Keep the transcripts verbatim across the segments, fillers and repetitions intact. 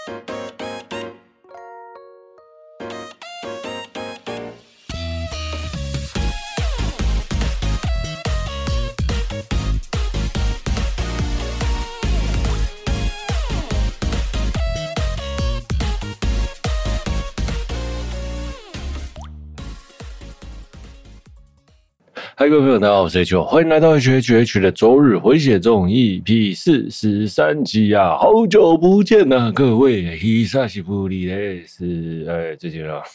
嗨，各位朋友，大家好，我是 H， 欢迎来到 H H H 的周日回血中 E P 四十三集啊！好久不见啊，各位，伊萨西布里嘞是哎，这些了，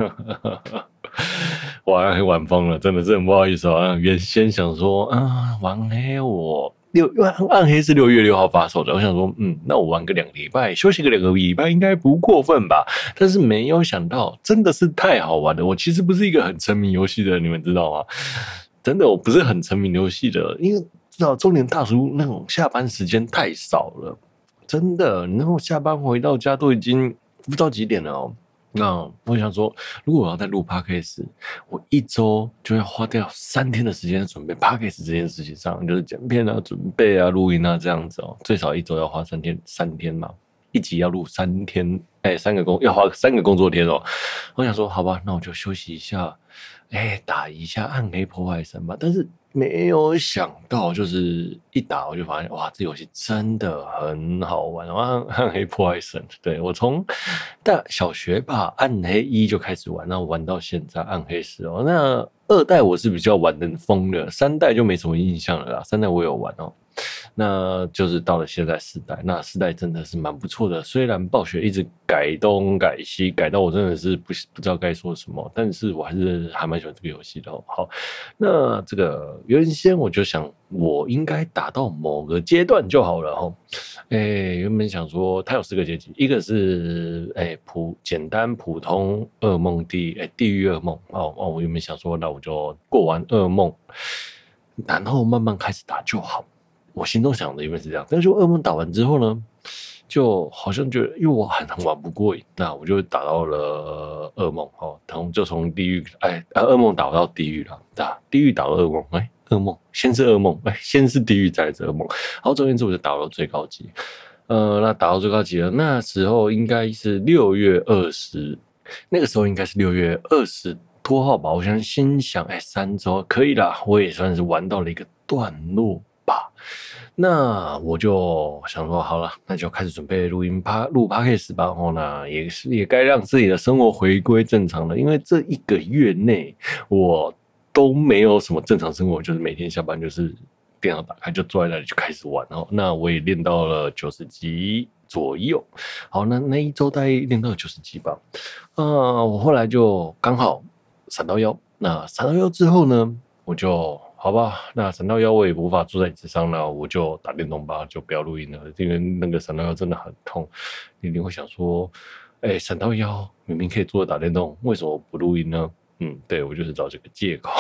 晚黑晚疯了，真的是很不好意思啊。原先想说啊，晚黑我六暗黑是六月六号发售的，我想说，嗯，那我玩个两个礼拜，休息个两个礼拜应该不过分吧？但是没有想到，真的是太好玩了。我其实不是一个很沉迷游戏的人，你们知道吗？真的，我不是很沉迷游戏的，因为知道中年大叔那种下班时间太少了，真的。然后下班回到家都已经不知道几点了哦。那我想说，如果我要再录 podcast， 我一周就要花掉三天的时间准备 podcast 这件事情上，就是剪片啊、准备啊、录音啊这样子哦。最少一周要花三天，三天嘛，一集要录三天，哎，三个工要花三个工作天哦。我想说，好吧，那我就休息一下。哎，打一下暗黑破坏神吧，但是没有想到，就是一打我就发现，哇，这游戏真的很好玩啊！暗黑破坏神，对，我从大小学吧，暗黑一就开始玩，然后玩到现在暗黑十哦。那二代我是比较玩的疯的，三代就没什么印象了啦。三代我有玩哦。那就是到了现在四代，那四代真的是蛮不错的。虽然暴雪一直改东改西，改到我真的是不不知道该说什么，但是我还是还蛮喜欢这个游戏的哦。好，那这个原先我就想，我应该打到某个阶段就好了哦。诶，原本想说它有四个阶级，一个是诶普简单普通噩梦地诶地狱噩梦哦哦，我原本想说，那我就过完噩梦，然后慢慢开始打就好。我心中想的原本是这样，但是噩梦打完之后呢，就好像觉得，因为我很玩不过瘾，那我就打到了噩梦哦，从就从地狱哎，噩梦打到地狱了，打地狱打到噩梦，哎，噩梦先是噩梦，哎，先是地狱再是噩梦，然后总而言之我就打到最高级，呃，那打到最高级了，那时候应该是六月二十，那个时候应该是六月二十多号吧，我想心想，哎，三周可以啦，我也算是玩到了一个段落。那我就想说好了，那就开始准备录音趴录 podcast 吧。然后呢，也是也该让自己的生活回归正常了，因为这一个月内我都没有什么正常生活，就是每天下班就是电脑打开就坐在那里就开始玩。然后那我也练到了九十级左右。好，那那一周大概练到九十级吧。呃，我后来就刚好闪到腰。那闪到腰之后呢，我就。好吧，那闪到腰我也无法坐在椅子上了，我就打电动吧，就不要录音了，因为那个闪到腰真的很痛。你一定会想说，哎，闪到腰明明可以坐着打电动，为什么不录音呢？嗯，对，我就是找这个借口。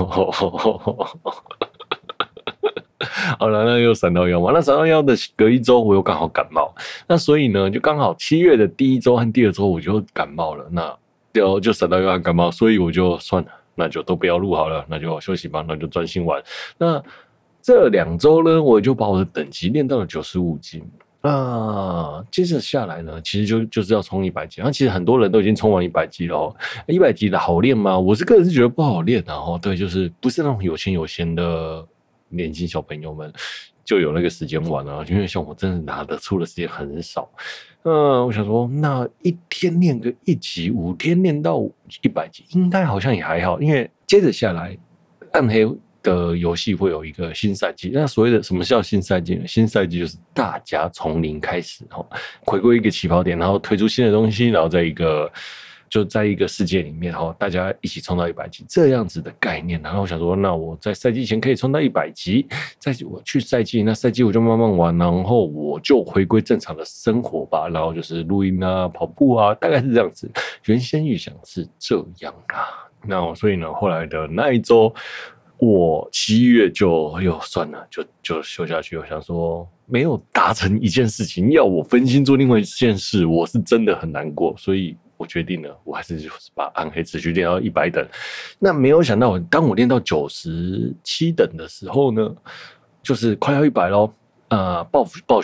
好了，那又闪到腰嘛，那闪到腰的隔一周我又刚好感冒，那所以呢，就刚好七月的第一周和第二周我就感冒了，那就就闪到腰和感冒，所以我就算了。那就都不要录好了，那就休息吧，那就专心玩。那这两周呢，我就把我的等级练到了九十五级。那接着下来呢，其实就就是要冲一百级。那其实很多人都已经冲完一百级了哦。一百级的好练吗？我是个人是觉得不好练的哦。对，就是不是那种有钱有闲的年轻小朋友们就有那个时间玩啊，因为像我真的拿得出的时间很少。呃，我想说，那一天练个一级，五天练到一百级，应该好像也还好。因为接着下来，暗黑的游戏会有一个新赛季。那所谓的什么叫新赛季呢？新赛季就是大家从零开始，哦，回归一个起跑点，然后推出新的东西，然后在一个就在一个世界里面，然后大家一起冲到一百级这样子的概念。然后我想说，那我在赛季前可以冲到一百级，再我去赛季，那赛季我就慢慢玩，然后我就回归正常的生活吧。然后就是录音啊、跑步啊，大概是这样子。原先预想是这样啊，那所以呢，后来的那一周，我七月就又算了，就就休下去。我想说，没有达成一件事情，要我分心做另外一件事，我是真的很难过，所以。我决定了，我还是就是把暗黑持续练到一百等。那没有想到，当我练到九十七等的时候呢，就是快要一百咯。呃，暴暴雪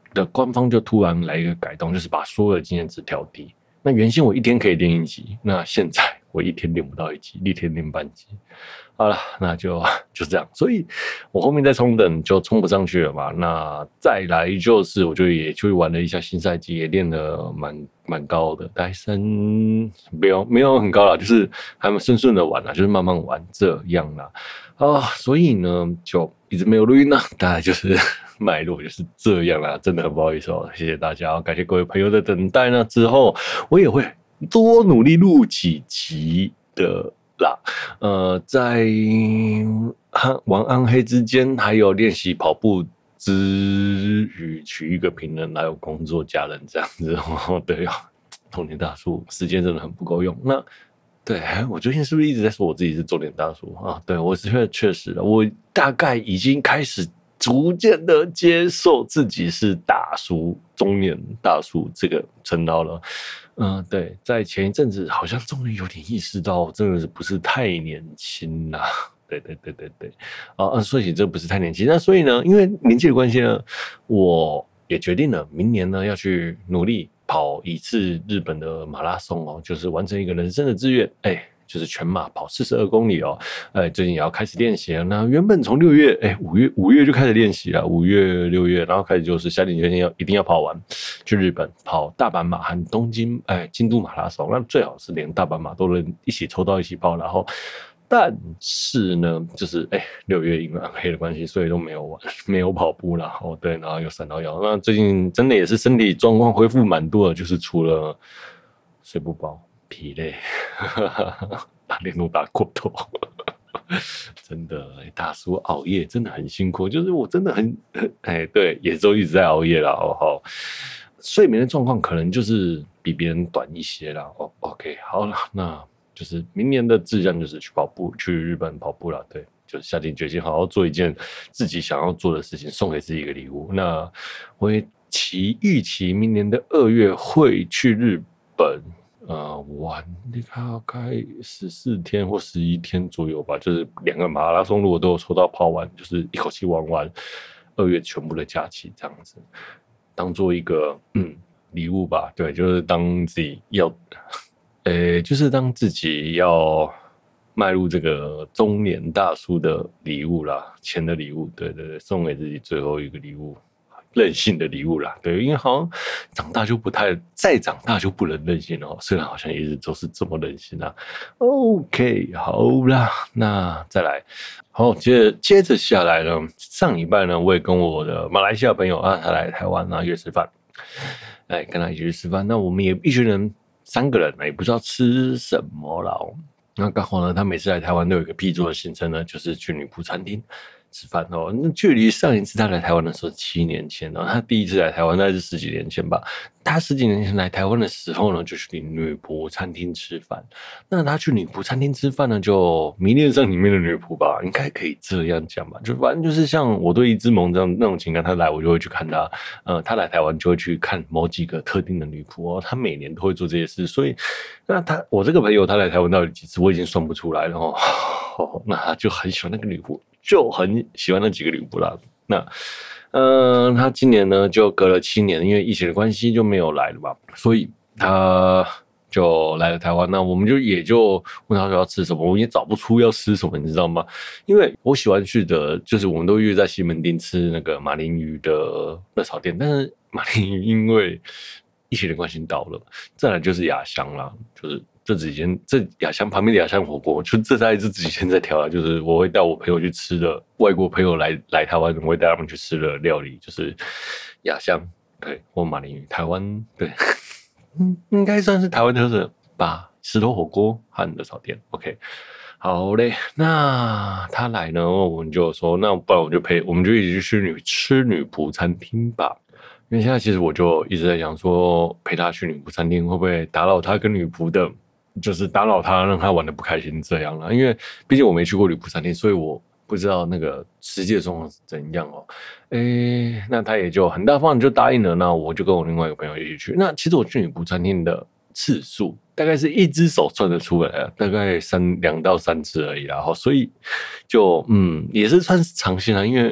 的官方就突然来一个改动，就是把所有的经验值调低。那原先我一天可以练一集，那现在我一天练不到一集，一天练半集。好了，那就就这样，所以我后面再冲等就冲不上去了嘛。那再来就是，我就也去玩了一下新赛季，也练得蛮蛮高的，大概三没有没有很高啦，就是还蛮顺顺的玩啦，就是慢慢玩这样啦。啊，所以呢就一直没有录音啦，大概就是脉络就是这样啦，真的很不好意思哦，谢谢大家，感谢各位朋友的等待呢。之后我也会多努力录几集的啦，呃，在玩暗黑之间，还有练习跑步之余，取一个平衡，还有工作、家人这样子。哦，对啊，中年大叔，时间真的很不够用。那对我最近是不是一直在说我自己是中年大叔啊？对，我是确实的，我大概已经开始逐渐的接受自己是大叔、中年大叔这个称号了。嗯、呃，对，在前一阵子好像终于有点意识到，真的是不是太年轻啦。对对对对对，啊，所以这不是太年轻。那所以呢，因为年纪的关系呢，我也决定了明年呢要去努力跑一次日本的马拉松哦，就是完成一个人生的志愿，哎，就是全马跑四十二公里哦，哎，最近也要开始练习了。那原本从六月，哎，五月五月就开始练习了，五月六月，然后开始就是下定决心要一定要跑完，去日本跑大阪马和东京，哎，京都马拉松，那最好是连大阪马都能一起抽到一起跑，然后。但是呢，就是哎，六月因为暗黑的关系，所以都没有玩，没有跑步啦。哦，对，然后又闪到腰。那最近真的也是身体状况恢复蛮多的，就是除了睡不饱、疲累，打电动打过头，真的，大叔熬夜真的很辛苦。就是我真的很，哎，对，也都一直在熬夜啦。哦，好，睡眠的状况可能就是比别人短一些啦。哦 ，OK， 好了，那。就是明年的志向就是去跑步，去日本跑步了。对，就下定决心好好做一件自己想要做的事情，送给自己一个礼物。那我也期预期明年的二月会去日本，呃，玩大概十四天或十一天左右吧。就是两个马拉松，如果都有抽到跑完，就是一口气玩完二月全部的假期这样子，当做一个嗯礼物吧。对，就是当自己要。呃，就是当自己要迈入这个中年大叔的礼物啦，钱的礼物，对对对，送给自己最后一个礼物，任性的礼物啦，对，因为好像长大就不太，再长大就不能任性了，虽然好像一直都是这么任性啊。OK， 好啦，那再来，好，接着接着下来呢，上礼拜呢，我也跟我的马来西亚朋友啊，他来台湾啊约吃饭，哎，跟他一起去吃饭，那我们也一群人。三个人也不知道吃什么啦、哦。那刚好呢，他每次来台湾都有一个必做的行程呢，就是去女仆餐厅吃饭哦。那距离上一次他来台湾的时候七年前哦，他第一次来台湾那是十几年前吧。他十几年前来台湾的时候呢，就去女仆餐厅吃饭。那他去女仆餐厅吃饭呢，就迷恋上里面的女仆吧，应该可以这样讲吧。就反正就是像我对一只萌这样那种情感，他来我就会去看他。呃，他来台湾就会去看某几个特定的女仆哦。他每年都会做这些事，所以那他我这个朋友他来台湾到底几次，我已经算不出来了哦。哦那他就很喜欢那个女仆，就很喜欢那几个女仆啦。那。嗯、呃，他今年呢就隔了七年，因为疫情的关系就没有来了吧，所以他就来了台湾。那我们就也就问他说要吃什么，我也找不出要吃什么，你知道吗？因为我喜欢去的，就是我们都约在西门町吃那个马林鱼的热炒店，但是马林鱼因为疫情的关系倒了。再来就是雅香啦，就是这几间这雅香旁边的雅香火锅，就这在这几天在调啊，就是我会带我朋友去吃的，外国朋友来来台湾，我会带他们去吃的料理，就是雅香对或马林鱼，台湾对，嗯，应该算是台湾特色吧，石头火锅和热炒店 ，OK。好嘞，那他来呢，我们就说，那不然我就陪，我们就一起去女吃女仆餐厅吧。因为现在其实我就一直在想说，陪他去女仆餐厅会不会打扰他跟女仆的，就是打扰他，让他玩得不开心这样啦。因为毕竟我没去过女仆餐厅，所以我不知道那个实际的状况是怎样哦。诶，那他也就很大方就答应了。那我就跟我另外一个朋友一起去。那其实我去女仆餐厅的次数大概是一只手算得出来啊，大概三两到三次而已啦。所以就嗯也是算是尝鲜啦，因为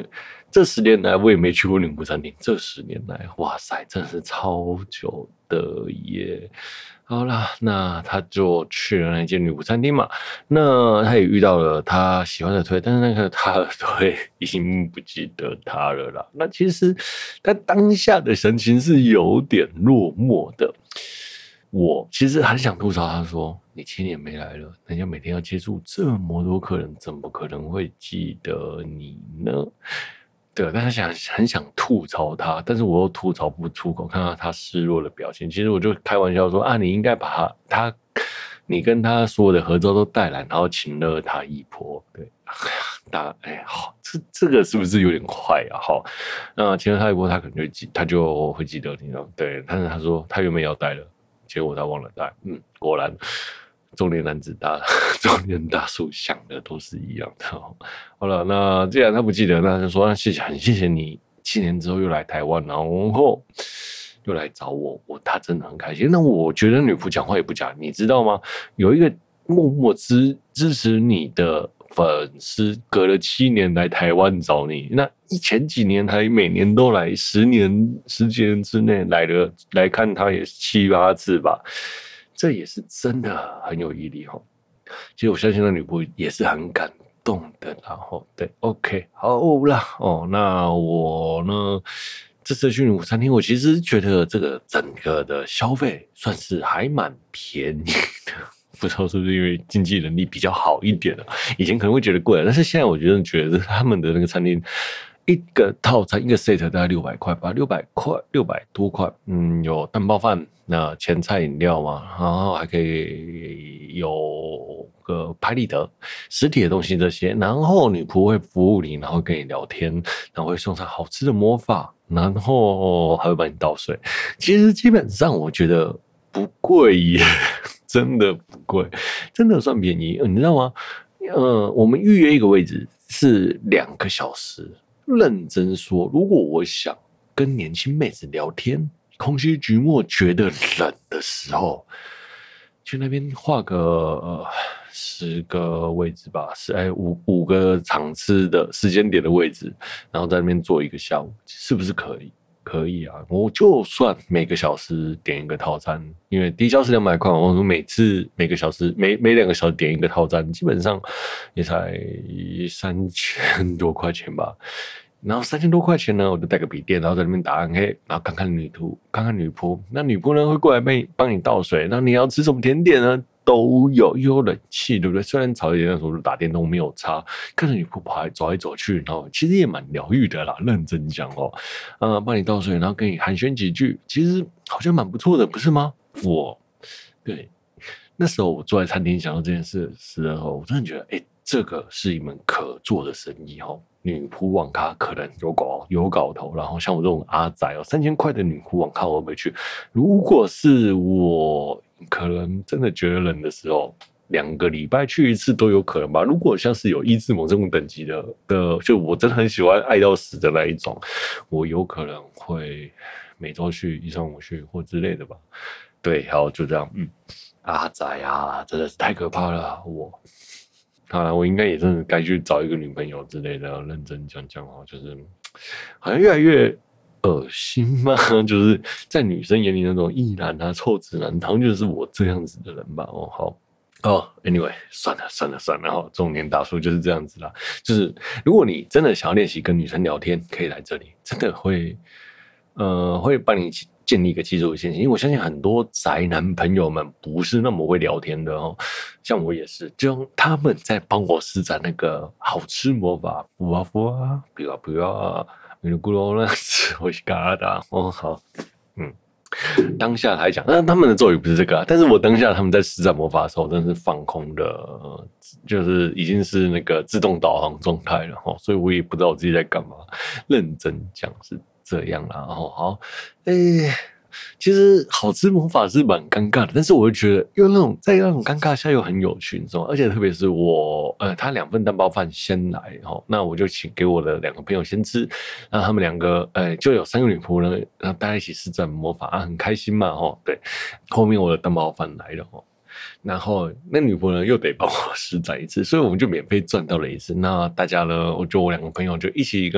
这十年来我也没去过女仆餐厅，这十年来，哇塞，真的是超久的耶。好啦，那他就去了那间女仆餐厅嘛。那他也遇到了他喜欢的推，但是那个他的推已经不记得他了啦。那其实他当下的神情是有点落寞的。我其实很想吐槽他说：“你七年没来了，人家每天要接触这么多客人，怎么可能会记得你呢？”对，但是想很想吐槽他，但是我又吐槽不出口。看到他失落的表情，其实我就开玩笑说啊，你应该把他他你跟他所有的合照都带来，然后请了他一波。对，大哎，好，这这个是不是有点快啊？好，那请了他一波，他可能就记，他就会记得你了。对，但是他说他原本要带了，结果他忘了带。嗯，果然。中年男子大中年大叔想的都是一样的、哦。好了，那既然他不记得，那就说那谢谢，很谢谢你七年之后又来台湾，然后又来找我，我他真的很开心。那我觉得女仆讲话也不假，你知道吗？有一个默默支支持你的粉丝，隔了七年来台湾找你，那前几年还每年都来，十年十几年之内来了来看他也七八次吧。这也是真的很有毅力哈，其实我相信那女仆也是很感动的啦。然后对 ，OK， 好啦哦，那我呢这次去女仆餐厅，我其实觉得这个整个的消费算是还蛮便宜的，不知道是不是因为经济能力比较好一点了，以前可能会觉得贵，但是现在我觉得觉得他们的那个餐厅。一个套餐一个 set 大概六百块吧，六百块六百多块，嗯，有蛋包饭，那前菜饮料嘛，然后还可以有个拍立得实体的东西这些，然后女仆会服务你，然后跟你聊天，然后会送上好吃的魔法，然后还会帮你倒水。其实基本上我觉得不贵耶，真的不贵，真的算便宜，你知道吗？呃，我们预约一个位置是两个小时。认真说，如果我想跟年轻妹子聊天，空虚寂寞觉得冷的时候，去那边画个呃十个位置吧，是哎五五个场次的时间点的位置，然后在那边坐一个下午，是不是可以？可以啊，我就算每个小时点一个套餐，因为低消是两百块，我说每次每个小时每每两个小时点一个套餐，基本上也才三千多块钱吧。然后三千多块钱呢，我就带个笔电，然后在那边打暗黑，然后看看女仆，看看女仆。那女仆呢会过来帮你帮你倒水，那你要吃什么甜点呢？都有，又有冷气，对不对？虽然吵一点，那时候就打电动没有差，看着女仆跑来走来走去，然后其实也蛮疗愈的啦。认真讲哦，呃，帮你倒水，然后跟你寒暄几句，其实好像蛮不错的，不是吗？我对那时候我坐在餐厅想到这件事时的时候，我真的觉得，哎，这个是一门可做的生意哦。女仆网咖可能有搞有搞头，然后像我这种阿宅哦，三千块的女仆网咖我会不会去？如果是我，可能真的觉得冷的时候，两个礼拜去一次都有可能吧。如果像是有伊志蒙这种等级的的，就我真的很喜欢爱到死的那一种，我有可能会每周去一三五去或之类的吧。对，好，就这样，嗯，阿宅啊，真的是太可怕了，我。好了，我应该也真的该去找一个女朋友之类的，认真讲讲哦，就是好像越来越恶心嘛，就是在女生眼里那种异男啊、臭直男，好像就是我这样子的人吧。哦，好，哦 ，anyway， 算了算了算了，哈，中年大叔就是这样子啦。就是如果你真的想要练习跟女生聊天，可以来这里，真的会，呃，会帮你建立一个基础的信心，因为我相信很多宅男朋友们不是那么会聊天的哦，像我也是，就他们在帮我施展那个好吃魔法，服啊服啊，不要不要啊，米噜咕噜那吃我是嘎达哦，好，嗯，当下来讲，那他们的咒语不是这个啊，但是我当下他们在施展魔法的时候，真的是放空的，就是已经是那个自动导航状态了哈，所以我也不知道我自己在干嘛，认真讲是。这样啦，然后好，哎、欸，其实好吃魔法是蛮尴尬的，但是我会觉得，又那种在那种尴尬下又很有趣，你知道吗？而且特别是我，呃，他两份蛋包饭先来，哈，那我就请给我的两个朋友先吃，然后他们两个，呃，就有三个女仆呢，然后大家一起施展魔法啊，很开心嘛，哈，对，后面我的蛋包饭来了，哈。然后那女仆呢又得帮我施展一次，所以我们就免费赚到了一次。那大家呢，我就我两个朋友就一起跟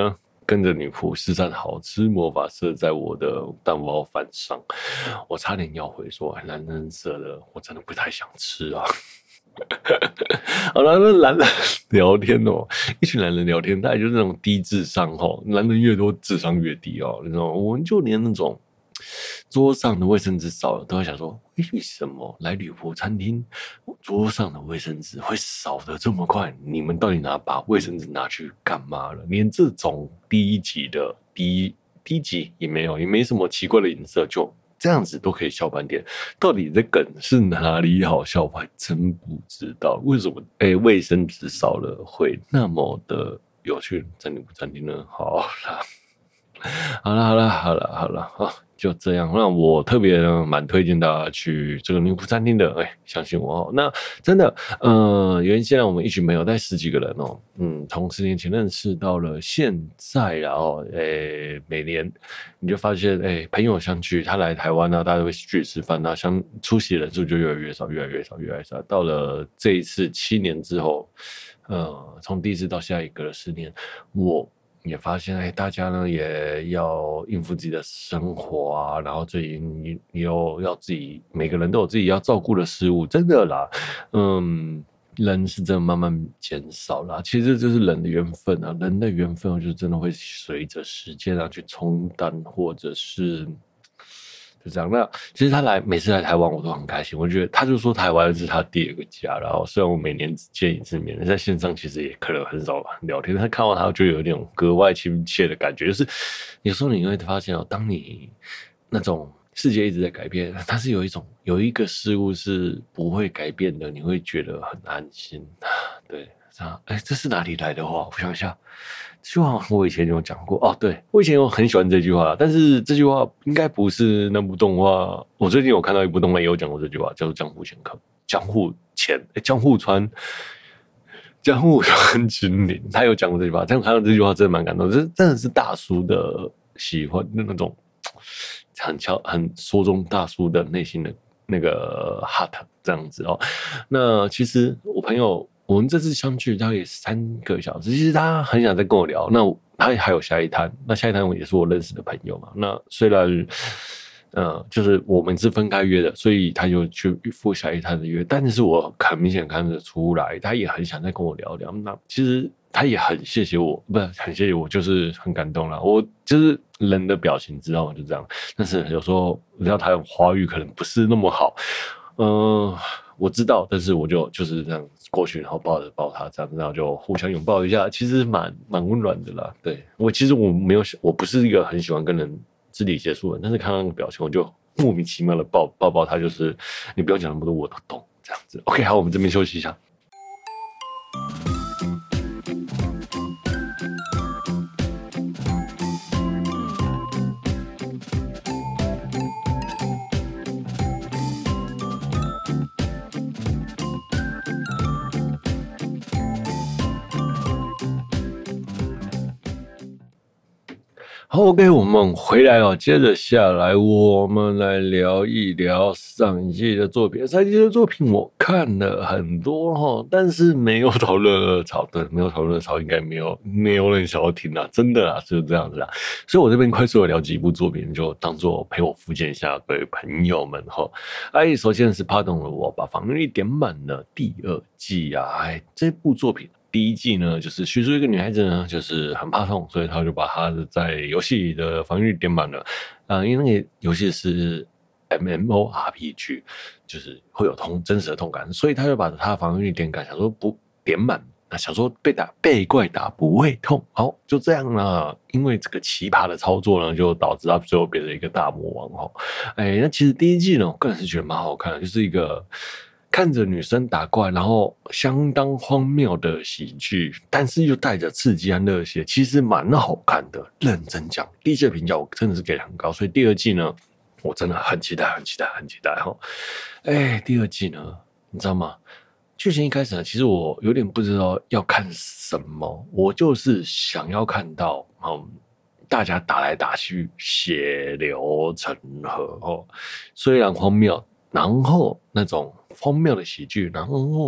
跟着女仆施展好吃魔法射在我的蛋包饭上，我差点要回说，哎，男人射的我真的不太想吃啊。好了，那男人聊天哦，一群男人聊天，大概就是那种低智商哦，男人越多智商越低哦，那种我们就连那种桌上的卫生纸少了，都会想说，为什么来女仆餐厅桌上的卫生纸会少得这么快？你们到底拿把卫生纸拿去干嘛了？连这种低级的低低级也没有，也没什么奇怪的颜色，就这样子都可以笑半天。到底这梗是哪里好笑？我还真不知道为什么哎，卫生纸少了会那么的有趣，在女仆餐厅呢？好啦。好了好了好了好了好，就这样。那我特别蛮推荐大家去这个女仆餐厅的，哎，相信我哦。那真的，呃，原先我们一群朋友带十几个人哦，嗯，从十年前认识到了现在，然后，哎，每年你就发现，哎，朋友相聚，他来台湾呢、啊，大家都会聚吃饭啊，相出席人数就越来越少，越来越少，越来越少。到了这一次七年之后，呃，从第一次到下一个的十年，我。也发现，哎，大家呢也要应付自己的生活啊，然后自己你你又要自己，每个人都有自己要照顾的事物，真的啦，嗯，人是真的慢慢减少啦。其实这就是人的缘分啊，人的缘分就真的会随着时间啊去冲淡，或者是。就这样，那其实他来每次来台湾我都很开心，我觉得他就说台湾是他第二个家，然后虽然我每年只见一次面，在线上其实也可能很少聊天，但看到他就有点格外亲切的感觉，就是有时候你会发现哦，当你那种世界一直在改变，它是有一种有一个事物是不会改变的，你会觉得很安心，对，这样，哎，这是哪里来的话？我想一下。这句话我以前有讲过哦，对我以前有很喜欢这句话，但是这句话应该不是那部动画。我最近有看到一部动画也有讲过这句话，叫做《江户前客》，江户前，欸、江户川，江户川君临，他有讲过这句话。但我看到这句话真的蛮感动，这真的是大叔的喜欢的那种，很敲很说中大叔的内心的那个 heart 这样子哦。那其实我朋友。我们这次相聚大概三个小时，其实他很想再跟我聊。那他还有下一摊，那下一摊也是我认识的朋友嘛。那虽然，呃，就是我们是分开约的，所以他就去赴下一摊的约。但是我很明显看得出来，他也很想再跟我聊聊。那其实他也很谢谢我，不是很谢谢我，就是很感动啦。我就是人的表情，知道吗？就这样。但是有时候你知道他用华语可能不是那么好，嗯、呃。我知道，但是我就就是这样过去，然后抱着抱他这样，然后就互相拥抱一下，其实蛮蛮温暖的啦。对我其实我没有，我不是一个很喜欢跟人肢体接触的人，但是看到那个表情，我就莫名其妙的抱抱抱他，就是你不用讲那么多，我都懂这样子。OK， 好，我们这边休息一下。好 ，OK， 我们回来哦。接着下来，我们来聊一聊上一季的作品。上一季的作品我看了很多哈，但是没有讨论热潮，对，没有讨论热潮，应该没有没有人想要听啦，真的啦，就是这样子啦。所以我这边快速的聊几部作品，就当做陪我复健一下各位朋友们哈。哎，首先是帕动了我把防御力点满了第二季啊，哎，这部作品。第一季呢，就是叙述一个女孩子呢，就是很怕痛，所以她就把她的在游戏里的防御力点满了。啊、呃，因为那个游戏是 M M O R P G， 就是会有痛真实的痛感，所以她就把她的防御力点感，想说不点满，那想说被打被怪打不会痛，好就这样啦。因为这个奇葩的操作呢，就导致她最后变成一个大魔王哦。哎，那其实第一季呢，我个人是觉得蛮好看的，就是一个。看着女生打怪，然后相当荒谬的喜剧，但是又带着刺激和热血，其实蛮好看的。认真讲，第一季的评价我真的是给的很高，所以第二季呢，我真的很期待，很期待，很期待哈。哎，第二季呢，你知道吗？剧情一开始呢，其实我有点不知道要看什么，我就是想要看到，嗯，大家打来打去，血流成河哦，虽然荒谬。然后那种荒谬的喜剧，然后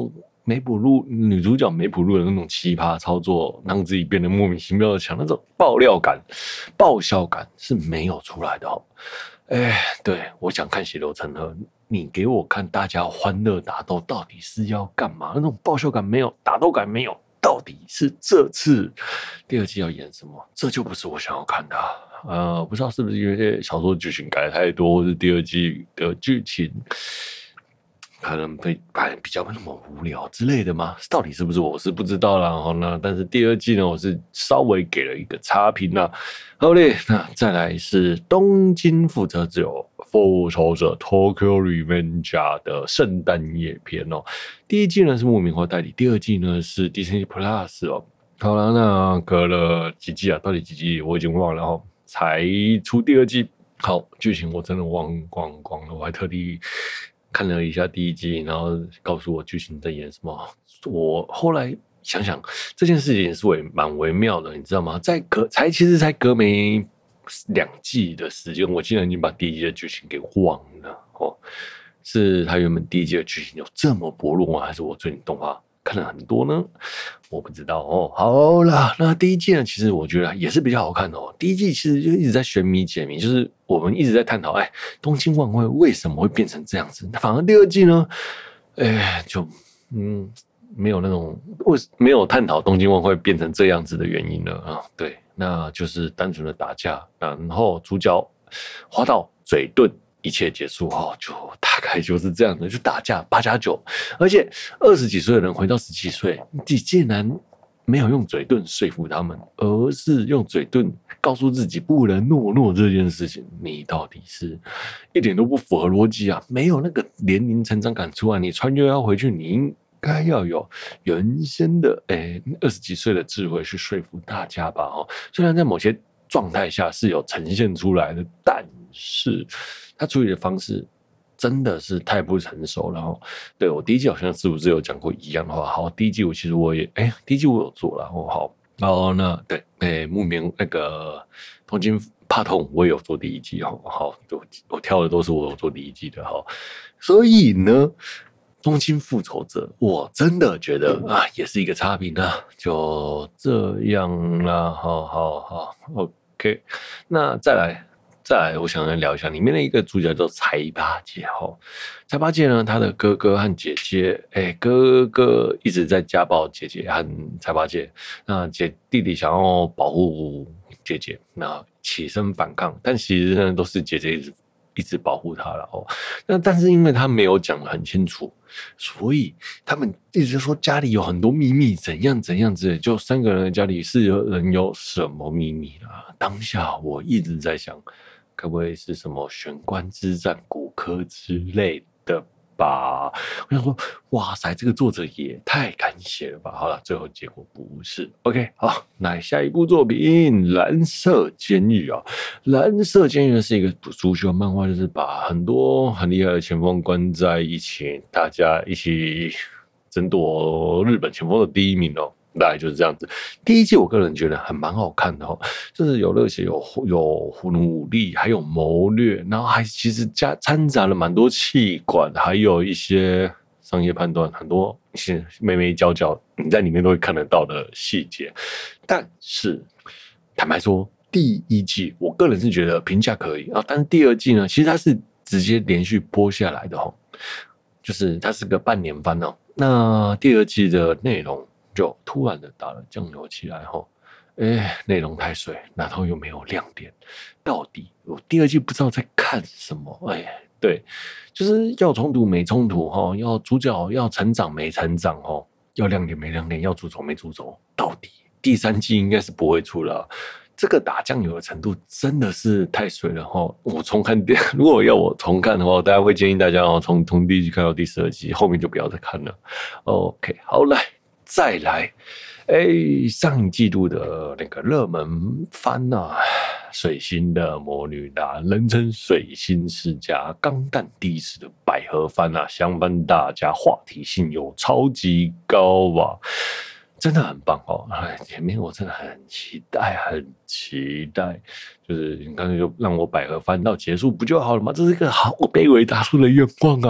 梅普露女主角梅普露的那种奇葩操作，让自己变得莫名其妙的强，那种爆料感、爆笑感是没有出来的哦。哎，对，我想看血流成河，你给我看大家欢乐打斗到底是要干嘛？那种爆笑感没有，打斗感没有，到底是这次第二季要演什么？这就不是我想要看的啊。呃，不知道是不是因为小说剧情改得太多，或是第二季的剧情可能被比较那么无聊之类的吗？到底是不是我是不知道啦。然后呢，但是第二季呢，我是稍微给了一个差评啦。好嘞，那再来是东京复仇者复仇者 Tokyo Revenger 的圣诞夜篇哦。第一季呢是木棉花代理，第二季呢是 Disney Plus 哦。好了，那隔了几季啊？到底几季我已经忘了哦。才出第二季，好，剧情我真的忘光光了，我还特地看了一下第一季，然后告诉我剧情在演什么。我后来想想，这件事情是微蛮微妙的，你知道吗？在隔才其实才隔没两季的时间，我竟然已经把第一季的剧情给忘了哦。是他原本第一季的剧情有这么薄弱吗？还是我最近动画看了很多呢？我不知道哦。好啦，那第一季呢，其实我觉得也是比较好看的哦。第一季其实就一直在悬谜解谜，就是我们一直在探讨，哎，东京万会为什么会变成这样子？反而第二季呢，哎，就嗯，没有那种为没有探讨东京万会变成这样子的原因了啊。对，那就是单纯的打架，然后主角花道嘴遁。一切结束哦，就大概就是这样的，就打架八加九，而且二十几岁的人回到十七岁，你竟然没有用嘴遁说服他们，而是用嘴遁告诉自己不能懦弱这件事情，你到底是一点都不符合逻辑啊！没有那个年龄成长感出来，你穿越要回去，你应该要有原先的诶二十几岁的智慧去说服大家吧！哦，虽然在某些状态下是有呈现出来的，但是他处理的方式真的是太不成熟了哦。对，我第一季好像是不是有讲过一样的话？好，第一季我其实我也哎，第一季我有做了哦。好，哦，那对，哎，木棉那个东京怕痛我也有做第一季哦。好，我我挑的都是我有做第一季的哈。所以呢，东京复仇者我真的觉得啊，也是一个差评啊，就这样啦。好好好 ，OK， 那再来。再来，我想来聊一下里面的一个主角叫柴八戒哈。柴八戒呢，他的哥哥和姐姐，哎，哥哥一直在家暴姐姐和柴八戒，那姐弟弟想要保护姐姐，那起身反抗，但其实呢都是姐姐一直一直保护他了哦。那但是因为他没有讲得很清楚，所以他们一直说家里有很多秘密，怎样怎样之类，就三个人的家里是有人有什么秘密啦？当下我一直在想。可不可以是什么玄关之战、骨科之类的吧？我想说，哇塞，这个作者也太敢写了吧！好了，最后结果不是。OK， 好，那下一部作品《蓝色监狱》啊，《蓝色监狱》是一个足球漫画，就是把很多很厉害的前锋关在一起，大家一起争夺日本前锋的第一名哦。大概就是这样子。第一季我个人觉得还蛮好看的哦，就是有热血，有有努力，还有谋略，然后还其实加掺杂了蛮多气管，还有一些商业判断，很多一些眉眉角角你在里面都会看得到的细节。但是坦白说，第一季我个人是觉得评价可以啊，但是第二季呢，其实它是直接连续播下来的哦，就是它是个半年番哦。那第二季的内容。就突然的打了酱油起来后，哎，内容太水，然后又没有亮点，到底我第二季不知道在看什么，哎，对，就是要冲突没冲突哈，要主角要成长没成长哈，要亮点没亮点，要主轴没主轴，到底第三季应该是不会出了。这个打酱油的程度真的是太水了哈！我重看，如果要我重看的话，我大家会建议大家哦，从从第一季看到第十二集，后面就不要再看了。OK， 好来。再来，哎，上一季度的那个热门番啊，水星的魔女啦，人称水星世家钢弹第十的百合番啊，相番大家话题性有超级高吧，真的很棒哦！哎，前面我真的很期待，很期待，就是你刚才就让我百合番到结束不就好了吗？这是一个好卑微达出的愿望啊！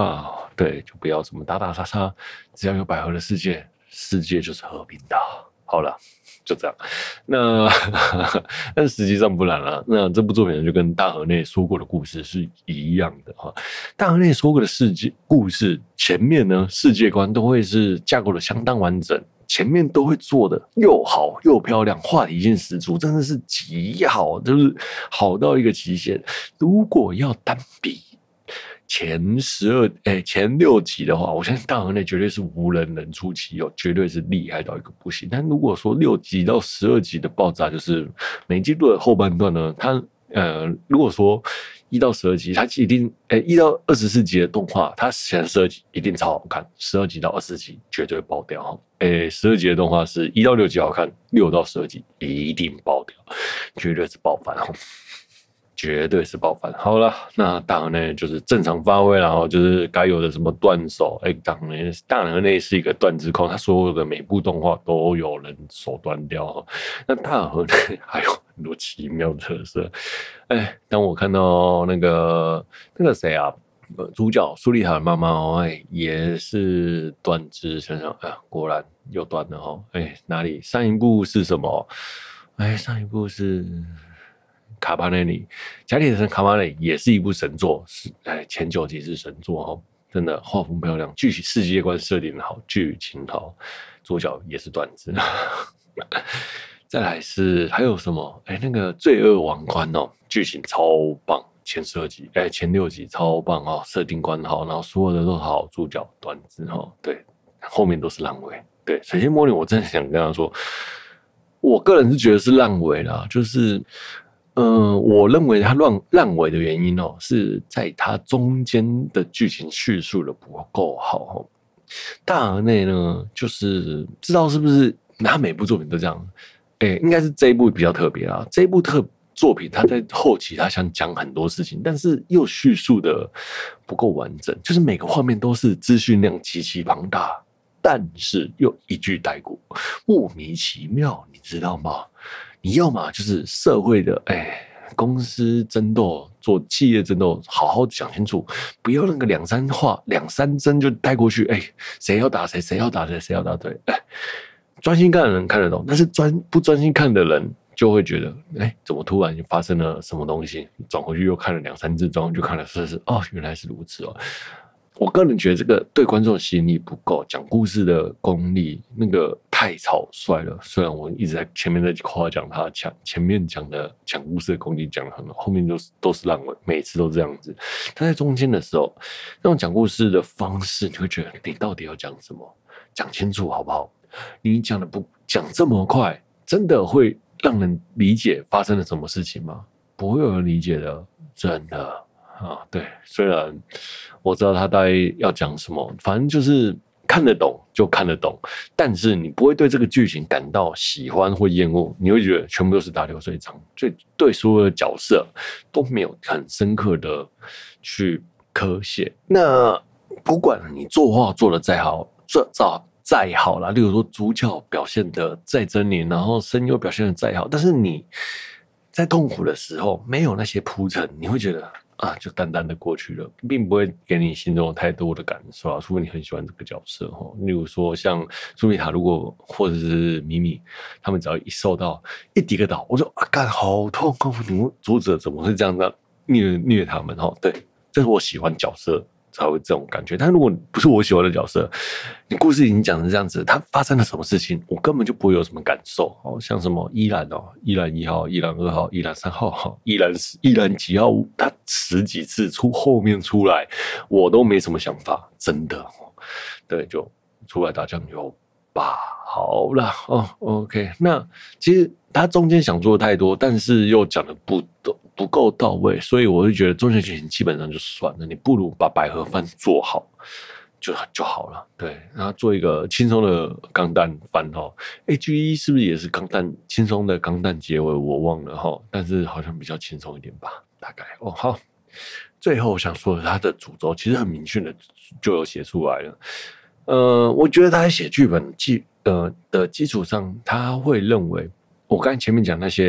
对，就不要什么打打杀杀，只要有百合的世界，世界就是和平的。好了，就这样。那但实际上不然了。那这部作品就跟大河内说过的故事是一样的哈。大河内说过的世界故事前面呢，世界观都会是架构的相当完整。前面都会做的又好又漂亮，话题性十足，真的是极好，就是好到一个极限。如果要单比前十二哎前六集的话，我相信大河内绝对是无人能出其右，绝对是厉害到一个不行。但如果说六集到十二集的爆炸，就是每季度的后半段呢，它呃如果说一到十二集，它一定诶一到二十四集的动画，它前十二集一定超好看，十二集到二十集绝对爆掉。诶，十二集的动画是一到六集好看，六到十二集一定爆掉，绝对是爆翻哦，绝对是爆翻。好了，那大河内就是正常发挥，然后就是该有的什么断手，诶，当然大河内是一个断肢控，他所有的每部动画都有人手断掉。那大河内还有很多奇妙的特色。哎，当我看到那个那个谁啊，主角苏丽塔的妈妈哦，哎，也是断肢，想想啊，果然又断了哦。哎，哪里？上一部是什么？哎，上一部是卡巴内里，家里的卡巴内里也是一部神作，是哎前九集是神作哦，真的画风漂亮，剧情世界观设定好，剧情好，主角也是断肢。再来是还有什么？哎，那个罪恶王冠哦，剧情超棒，前十二集，哎，前六集超棒哦，设定观好，然后所有的都好，主角断肢哦，对，后面都是烂尾。对，水星魔女，我真的想跟他说，我个人是觉得是烂尾啦，就是，嗯、呃，我认为它烂烂尾的原因哦，是在它中间的剧情叙述的不够好哦。大河内呢，就是不知道是不是他每部作品都这样。诶，应该是这一部比较特别啦。这一部特作品，他在后期他想讲很多事情，但是又叙述的不够完整，就是每个画面都是资讯量极其庞大，但是又一句带过，莫名其妙，你知道吗？你要嘛就是社会的，哎，公司争斗，做企业争斗，好好讲清楚，不要那个两三话、两三帧就带过去，哎，谁要打谁，谁要打谁，谁要打谁，哎。专心看的人看得懂，但是专不专心看的人就会觉得，哎，怎么突然发生了什么东西？转回去又看了两三次，转回去就看了四次，哦，原来是如此哦。我个人觉得这个对观众吸引力不够，讲故事的功力那个太草率了。虽然我一直在前面在夸奖他，讲前面讲的讲故事的功力讲得很好，后面都是都是烂尾，每次都这样子。但在中间的时候，那种讲故事的方式，你会觉得你到底要讲什么？讲清楚好不好？你讲的不讲这么快，真的会让人理解发生了什么事情吗？不会有人理解的，真的啊。对，虽然我知道他大概要讲什么，反正就是看得懂就看得懂，但是你不会对这个剧情感到喜欢或厌恶，你会觉得全部都是打流水账，所以对所有的角色都没有很深刻的去刻写。那不管你作画做得再好，这照。再好啦，例如说主角表现的再狰狞，然后声优表现的再好，但是你在痛苦的时候没有那些铺陈，你会觉得啊，就淡淡的过去了，并不会给你心中有太多的感受啊。除非你很喜欢这个角色哈，例如说像苏丽塔，如果或者是米米，他们只要一受到一跌个倒，我就啊，干好痛苦！你们作者怎么会这样子虐虐他们哈？对，这是我喜欢角色才会这种感觉。但如果不是我喜欢的角色，你故事已经讲成这样子，它发生了什么事情，我根本就不会有什么感受。哦，像什么依兰哦，依兰一号、依兰二号、依兰三号、依兰依兰几号，它十几次出后面出来，我都没什么想法，真的。对，就出来打酱油吧。好啦，哦 ，OK， 那其实他中间想做的太多，但是又讲的不不够到位，所以我就觉得中间剧情基本上就算了，你不如把百合番做好就就好了。对，然后做一个轻松的钢弹番哈 ，A G 一是不是也是钢弹轻松的钢弹结尾？我忘了哈，但是好像比较轻松一点吧，大概哦。好，最后我想说的，他的主轴其实很明确的就有写出来了。呃，我觉得他在写剧本基呃的基础上，他会认为我刚才前面讲那些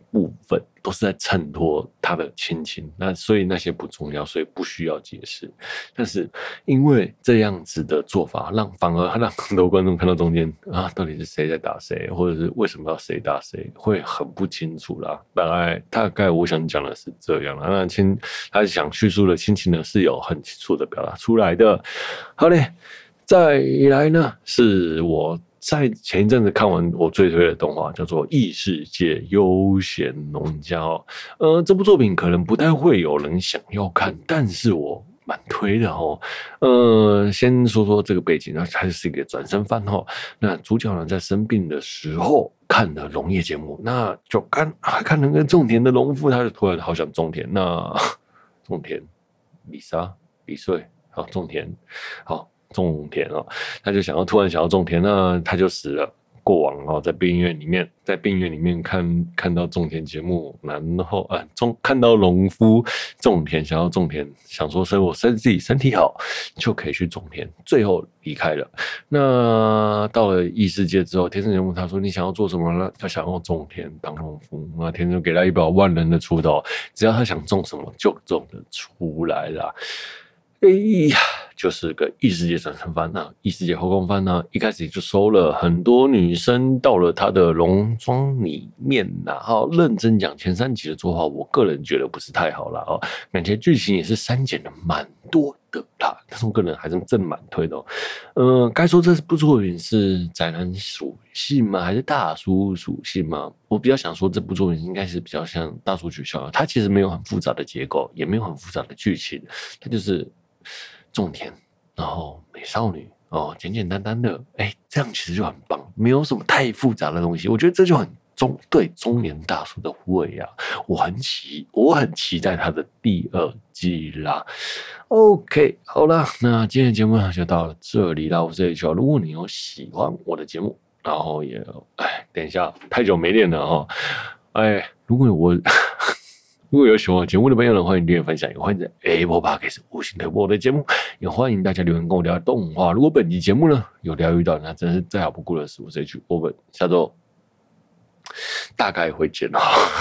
部分都是在衬托他的亲情，那所以那些不重要，所以不需要解释。但是因为这样子的做法，让反而让很多观众看到中间啊，到底是谁在打谁，或者是为什么要谁打谁，会很不清楚啦。大概大概我想讲的是这样啦。那亲他想叙述的亲情呢，是有很清楚的表达出来的。好嘞，再来呢是我在前一阵子看完我最推的动画，叫做《异世界悠闲农家》哦。呃，这部作品可能不太会有人想要看，但是我蛮推的哦。呃，先说说这个背景，它是一个转身番哦。那主角呢在生病的时候看了农业节目，那就看啊看那个种田的农夫，他就突然好想种田。那种田，李莎、李穗，好种田，好。种田哦，他就想要突然想要种田，那他就死了。过往哦，在病院里面，在病院里面看看到种田节目，然后啊，种看到农夫种田，想要种田，想说生我身自己身体好就可以去种田，最后离开了。那到了异世界之后，天生节目他说你想要做什么呢？他想要种田当农夫，那天生给他一把万能的锄头，只要他想种什么就种得出来啦。哎呀，就是个异世界转身番啊，异世界后宫番啊，一开始就收了很多女生到了他的农庄里面，然后认真讲前三集的作画，我个人觉得不是太好啦哦，感觉剧情也是删减的蛮多的啦，但是我个人还是真蛮推的哦。呃，该说这部作品是宅男属性吗？还是大叔属性吗？我比较想说这部作品应该是比较像大叔取向，它其实没有很复杂的结构，也没有很复杂的剧情，它就是种田，然后美少女哦，简简单单的，哎，这样其实就很棒，没有什么太复杂的东西。我觉得这就很中对中年大叔的胃啊，我很期我很期待他的第二季啦。OK， 好啦，那今天的节目就到了这里啦。我是 H R， 如果你有喜欢我的节目，然后也哎，等一下太久没练了哦，哎，如果我。如果有喜欢我节目的朋友呢，欢迎订阅分享，也欢迎在 Apple Podcast 五星推播我的节目，也欢迎大家留言跟我聊动画。如果本期节目呢有疗愈到，那真是再好不过的事。我是 H， 我们下周大概会见哦，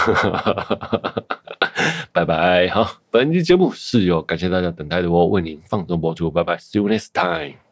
拜拜。好，本期节目是由感谢大家等待的我为您放送播出，拜拜 ，See you next time。